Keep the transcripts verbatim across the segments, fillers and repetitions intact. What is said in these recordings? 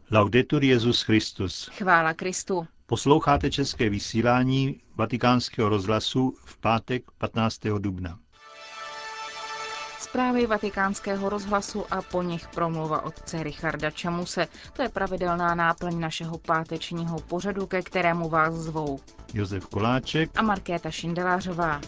Laudetur Jesus Christus. Chvála Kristu. Posloucháte české vysílání Vatikánského rozhlasu v pátek patnáctého dubna. Zprávy Vatikánského rozhlasu a po nich promluva otce Richarda Čamuse. To je pravidelná náplň našeho pátečního pořadu, ke kterému vás zvou Josef Koláček a Markéta Šindelářová.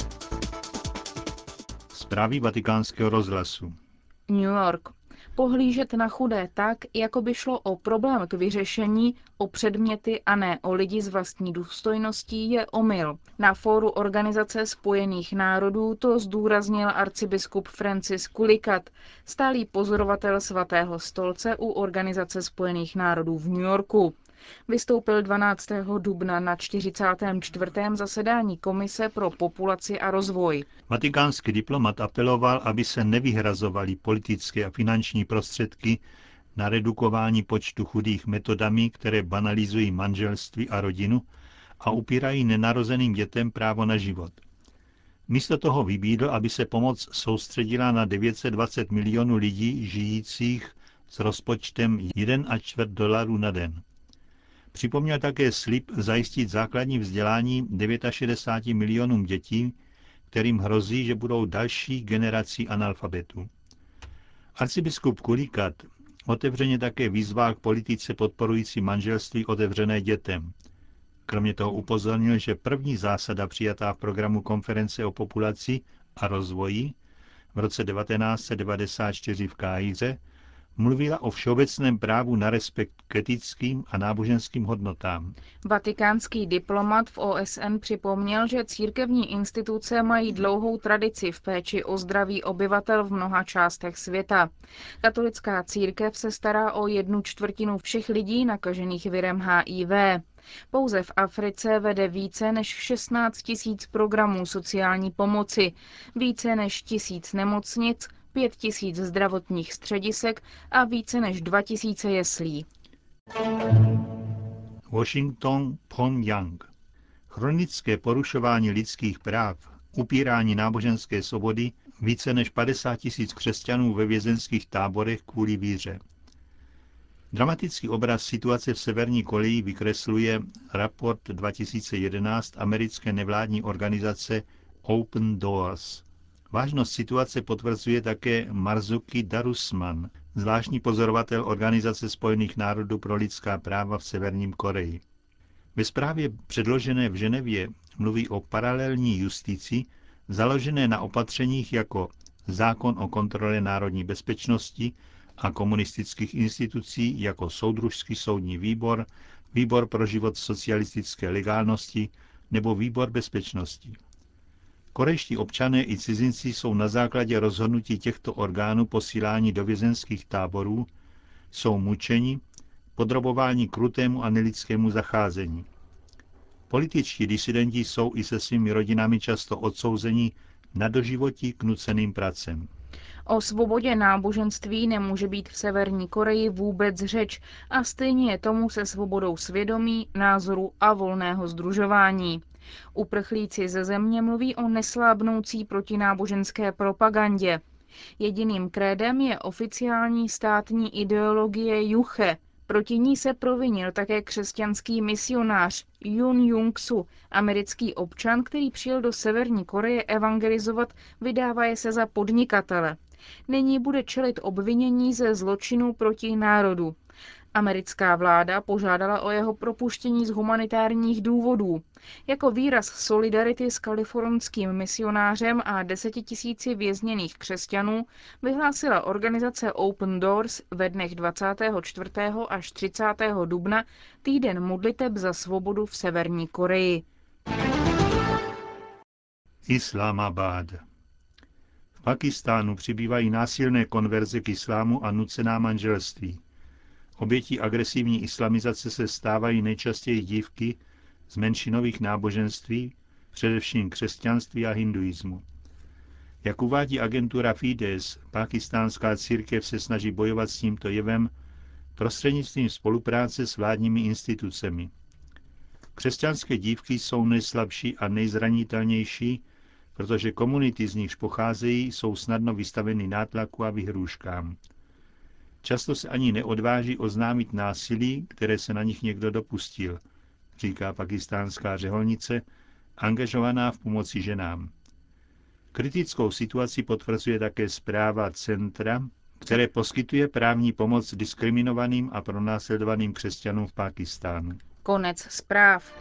Zprávy Vatikánského rozhlasu. New York. Pohlížet na chudé tak, jako by šlo o problém k vyřešení, o předměty a ne o lidi s vlastní důstojností, je omyl. Na fóru Organizace spojených národů to zdůraznil arcibiskup Francis Kulikat, stálý pozorovatel svatého stolce u Organizace spojených národů v New Yorku. Vystoupil dvanáctého dubna na čtyřicátém čtvrtém zasedání Komise pro populaci a rozvoj. Vatikánský diplomat apeloval, aby se nevyhrazovaly politické a finanční prostředky na redukování počtu chudých metodami, které banalizují manželství a rodinu a upírají nenarozeným dětem právo na život. Místo toho vybídl, aby se pomoc soustředila na devět set dvacet milionů lidí žijících s rozpočtem jedna a čtvrt dolaru na den. Připomněl také slib zajistit základní vzdělání šedesáti devíti milionům dětí, kterým hrozí, že budou další generací analfabetů. Arcibiskup Kulikat otevřeně také vyzval k politice podporující manželství otevřené dětem. Kromě toho upozornil, že první zásada přijatá v programu Konference o populaci a rozvoji v roce devatenáct set devadesát čtyři v Káhiře mluvila o všeobecném právu na respekt k etickým a náboženským hodnotám. Vatikánský diplomat v O S N připomněl, že církevní instituce mají dlouhou tradici v péči o zdraví obyvatel v mnoha částech světa. Katolická církev se stará o jednu čtvrtinu všech lidí nakažených virem H I V. Pouze v Africe vede více než šestnáct tisíc programů sociální pomoci, více než tisíc nemocnic, pět tisíc zdravotních středisek a více než dva tisíce jeslí. Washington Pyongyang. Chronické porušování lidských práv, upírání náboženské svobody, více než padesát tisíc křesťanů ve vězenských táborech kvůli víře. Dramatický obraz situace v Severní Koreji vykresluje raport dva tisíce jedenáct americké nevládní organizace Open Doors. Vážnost situace potvrzuje také Marzuki Darusman, zvláštní pozorovatel Organizace spojených národů pro lidská práva v Severním Koreji. Ve zprávě předložené v Ženevě mluví o paralelní justici, založené na opatřeních jako zákon o kontrole národní bezpečnosti a komunistických institucí jako soudružský soudní výbor, výbor pro život socialistické legálnosti nebo výbor bezpečnosti. Korejští občané i cizinci jsou na základě rozhodnutí těchto orgánů posíláni do vězenských táborů, jsou mučeni, podrobováni krutému a nelidskému zacházení. Političtí disidenti jsou i se svými rodinami často odsouzeni na doživotí k nuceným pracem. O svobodě náboženství nemůže být v Severní Koreji vůbec řeč a stejně je tomu se svobodou svědomí, názoru a volného sdružování. Uprchlíci ze země mluví o neslábnoucí protináboženské propagandě. Jediným krédem je oficiální státní ideologie Juche. Proti ní se provinil také křesťanský misionář Jun Jung-su, americký občan, který přijel do Severní Koreje evangelizovat, vydávaje se za podnikatele. Nyní bude čelit obvinění ze zločinu proti národu. Americká vláda požádala o jeho propuštění z humanitárních důvodů. Jako výraz solidarity s kalifornským misionářem a desetitisíci vězněných křesťanů vyhlásila organizace Open Doors ve dnech dvacátého čtvrtého až třicátého dubna týden modliteb za svobodu v Severní Koreji. Islamabad. V Pakistánu přibývají násilné konverze k islámu a nucená manželství. Obětí agresivní islamizace se stávají nejčastěji dívky z menšinových náboženství, především křesťanství a hinduismu. Jak uvádí agentura Fides, pakistánská církev se snaží bojovat s tímto jevem prostřednictvím spolupráce s vládními institucemi. Křesťanské dívky jsou nejslabší a nejzranitelnější, protože komunity, z nichž pocházejí, jsou snadno vystaveny nátlaku a vyhrůžkám. Často se ani neodváží oznámit násilí, které se na nich někdo dopustil, říká pakistánská řeholnice, angažovaná v pomoci ženám. Kritickou situaci potvrzuje také zpráva centra, které poskytuje právní pomoc diskriminovaným a pronásledovaným křesťanům v Pákistánu. Konec zpráv.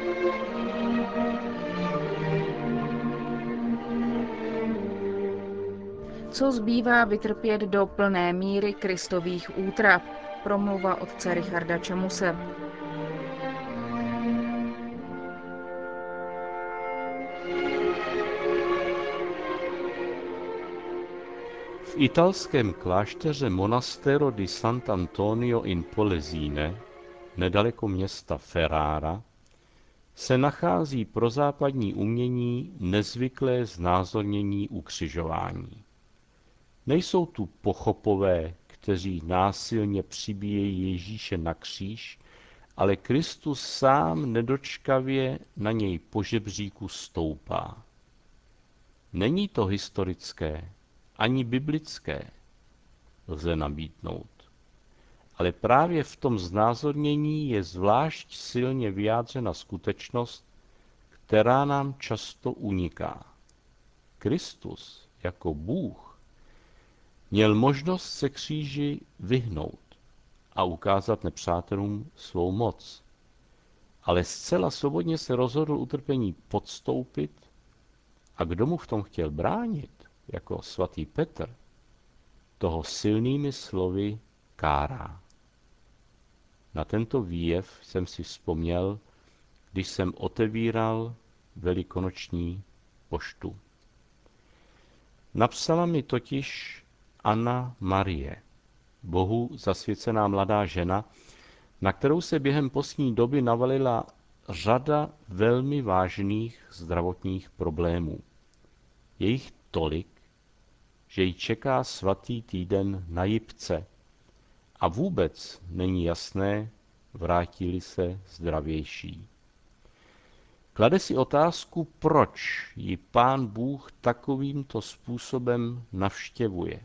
Co zbývá vytrpět do plné míry Kristových útrap? Promluva otce Richarda Čemuse. V italském klášteře Monastero di Sant'Antonio in Polesine, nedaleko města Ferrara, se nachází pro západní umění nezvyklé znázornění ukřižování. Nejsou tu pochopové, kteří násilně přibíjejí Ježíše na kříž, ale Kristus sám nedočkavě na něj po žebříku stoupá. Není to historické, ani biblické, lze nabídnout. Ale právě v tom znázornění je zvlášť silně vyjádřena skutečnost, která nám často uniká. Kristus jako Bůh měl možnost se kříži vyhnout a ukázat nepřátelům svou moc. Ale zcela svobodně se rozhodl utrpení podstoupit a kdo mu v tom chtěl bránit, jako svatý Petr, toho silnými slovy kárá. Na tento výjev jsem si vzpomněl, když jsem otevíral velikonoční poštu. Napsala mi totiž Anna Marie, Bohu zasvěcená mladá žena, na kterou se během postní doby navalila řada velmi vážných zdravotních problémů. Je jich tolik, že ji čeká svatý týden na jipce a vůbec není jasné, vrátí-li se zdravější. Klade si otázku, proč ji Pán Bůh takovýmto způsobem navštěvuje.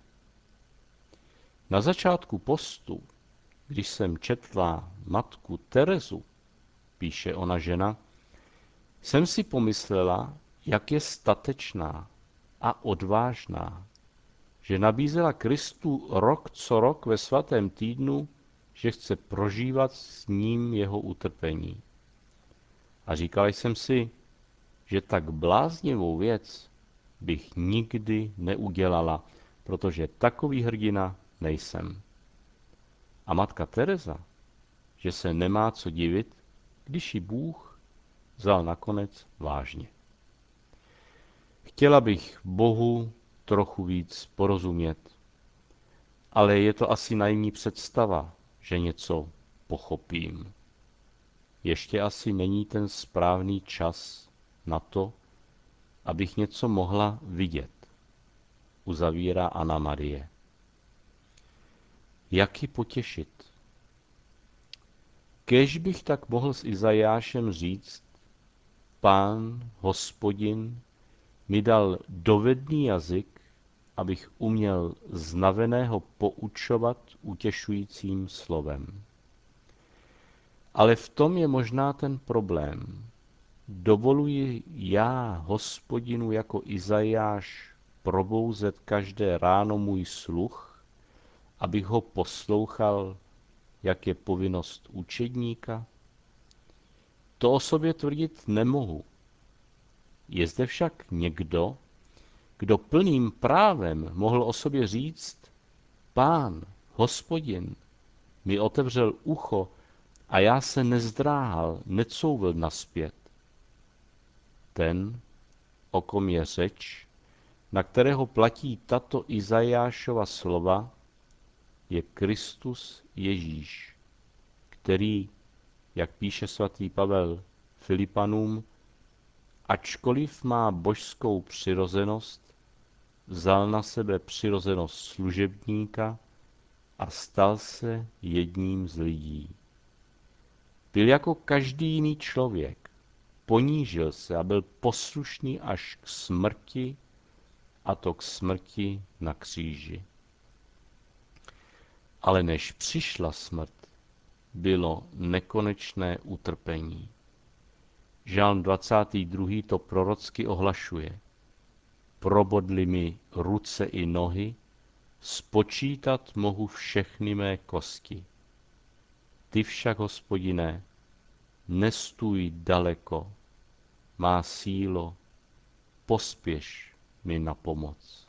Na začátku postu, když jsem četla matku Terezu, píše ona žena, jsem si pomyslela, jak je statečná a odvážná, že nabízela Kristu rok co rok ve svatém týdnu, že chce prožívat s ním jeho utrpení. A říkala jsem si, že tak bláznivou věc bych nikdy neudělala, protože takový hrdina nejsem. A matka Teresa, že se nemá co divit, když ji Bůh vzal nakonec vážně. Chtěla bych Bohu trochu víc porozumět, ale je to asi naivní představa, že něco pochopím. Ještě asi není ten správný čas na to, abych něco mohla vidět, uzavírá Anna Marie. Jak ji potěšit? Kéž bych tak mohl s Izajášem říct, Pán, Hospodin, mi dal dovedný jazyk, abych uměl znaveného poučovat utěšujícím slovem. Ale v tom je možná ten problém. Dovoluji já, Hospodinu, jako Izajáš, probouzet každé ráno můj sluch, abych ho poslouchal, jak je povinnost učedníka? To o sobě tvrdit nemohu. Je zde však někdo, kdo plným právem mohl o sobě říct, Pán, Hospodin, mi otevřel ucho a já se nezdráhal, necouvl nazpět. Ten, o kom je řeč, na kterého platí tato Izajášova slova, je Kristus Ježíš, který, jak píše svatý Pavel Filipanům, ačkoliv má božskou přirozenost, vzal na sebe přirozenost služebníka a stal se jedním z lidí. Byl jako každý jiný člověk, ponížil se a byl poslušný až k smrti, a to k smrti na kříži. Ale než přišla smrt, bylo nekonečné utrpení. Žálm dvacátý druhý to prorocky ohlašuje. Probodly mi ruce i nohy, spočítat mohu všechny mé kosti. Ty však, Hospodine, nestůj daleko, má sílo, pospěš mi na pomoc.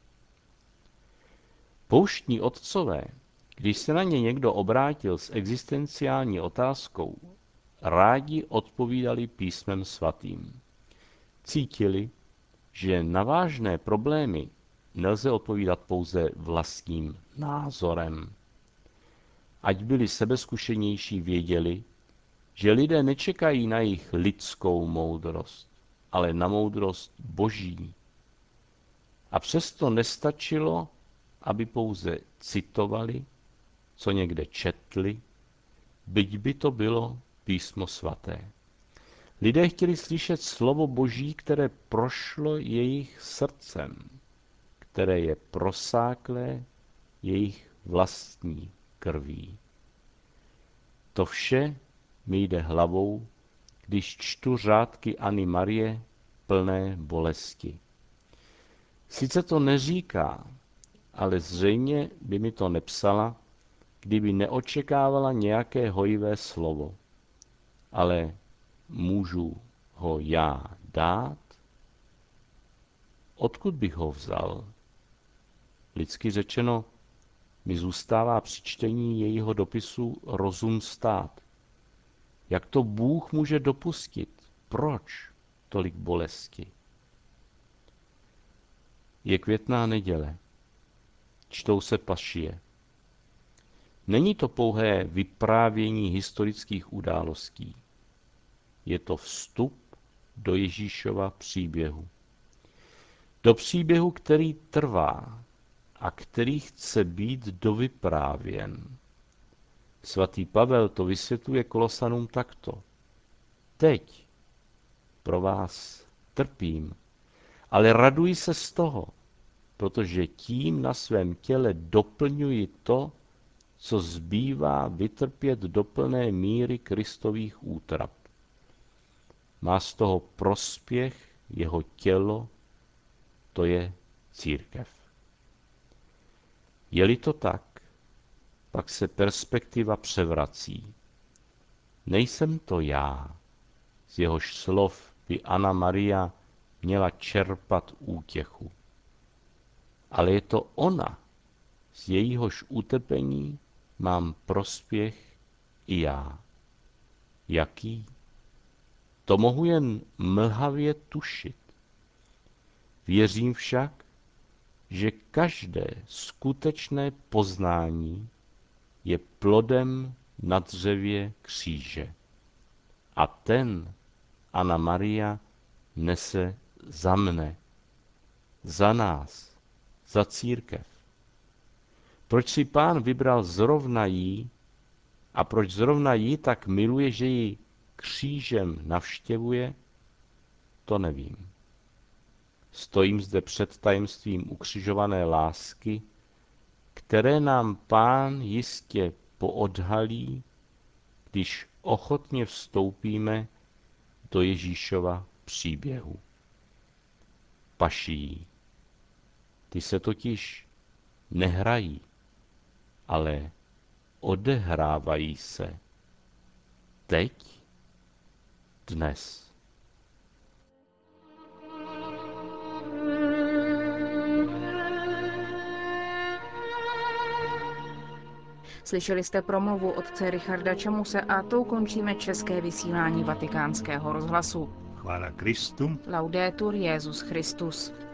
Pouštní otcové, když se na ně někdo obrátil s existenciální otázkou, rádi odpovídali písmem svatým. Cítili, že na vážné problémy nelze odpovídat pouze vlastním názorem. Ať byli sebezkušenější, věděli, že lidé nečekají na jejich lidskou moudrost, ale na moudrost Boží. A přesto nestačilo, aby pouze citovali, co někde četli, byť by to bylo písmo svaté. Lidé chtěli slyšet slovo Boží, které prošlo jejich srdcem, které je prosáklé jejich vlastní krví. To vše mi jde hlavou, když čtu řádky Anny Marie plné bolesti. Sice to neříká, ale zřejmě by mi to nepsala, kdyby neočekávala nějaké hojivé slovo. Ale můžu ho já dát? Odkud bych ho vzal? Lidsky řečeno, mi zůstává při čtení jejího dopisu rozum stát. Jak to Bůh může dopustit? Proč tolik bolesti? Je květná neděle. Čtou se pašie. Není to pouhé vyprávění historických událostí. Je to vstup do Ježíšova příběhu. Do příběhu, který trvá a který chce být dovyprávěn. Svatý Pavel to vysvětluje Kolosanům takto. Teď pro vás trpím, ale raduji se z toho, protože tím na svém těle doplňuji to, co zbývá vytrpět do plné míry Kristových útrap. Má z toho prospěch jeho tělo, to je církev. Je-li to tak, pak se perspektiva převrací. Nejsem to já, z jehož slov by Anna Maria měla čerpat útěchu. Ale je to ona, z jejíhož utrpení mám prospěch i já. Jaký? To mohu jen mlhavě tušit. Věřím však, že každé skutečné poznání je plodem na dřevě kříže. A ten Anna Maria nese za mne, za nás, za církev. Proč si Pán vybral zrovna jí a proč zrovna jí tak miluje, že ji křížem navštěvuje, to nevím. Stojím zde před tajemstvím ukřižované lásky, které nám Pán jistě poodhalí, když ochotně vstoupíme do Ježíšova příběhu. Paší. Ty se totiž nehrají, ale odehrávají se. Teď, dnes. Slyšeli jste promluvu otce Richarda Čemuse a tou končíme české vysílání Vatikánského rozhlasu. Chvála Kristu. Laudetur Jesus Christus.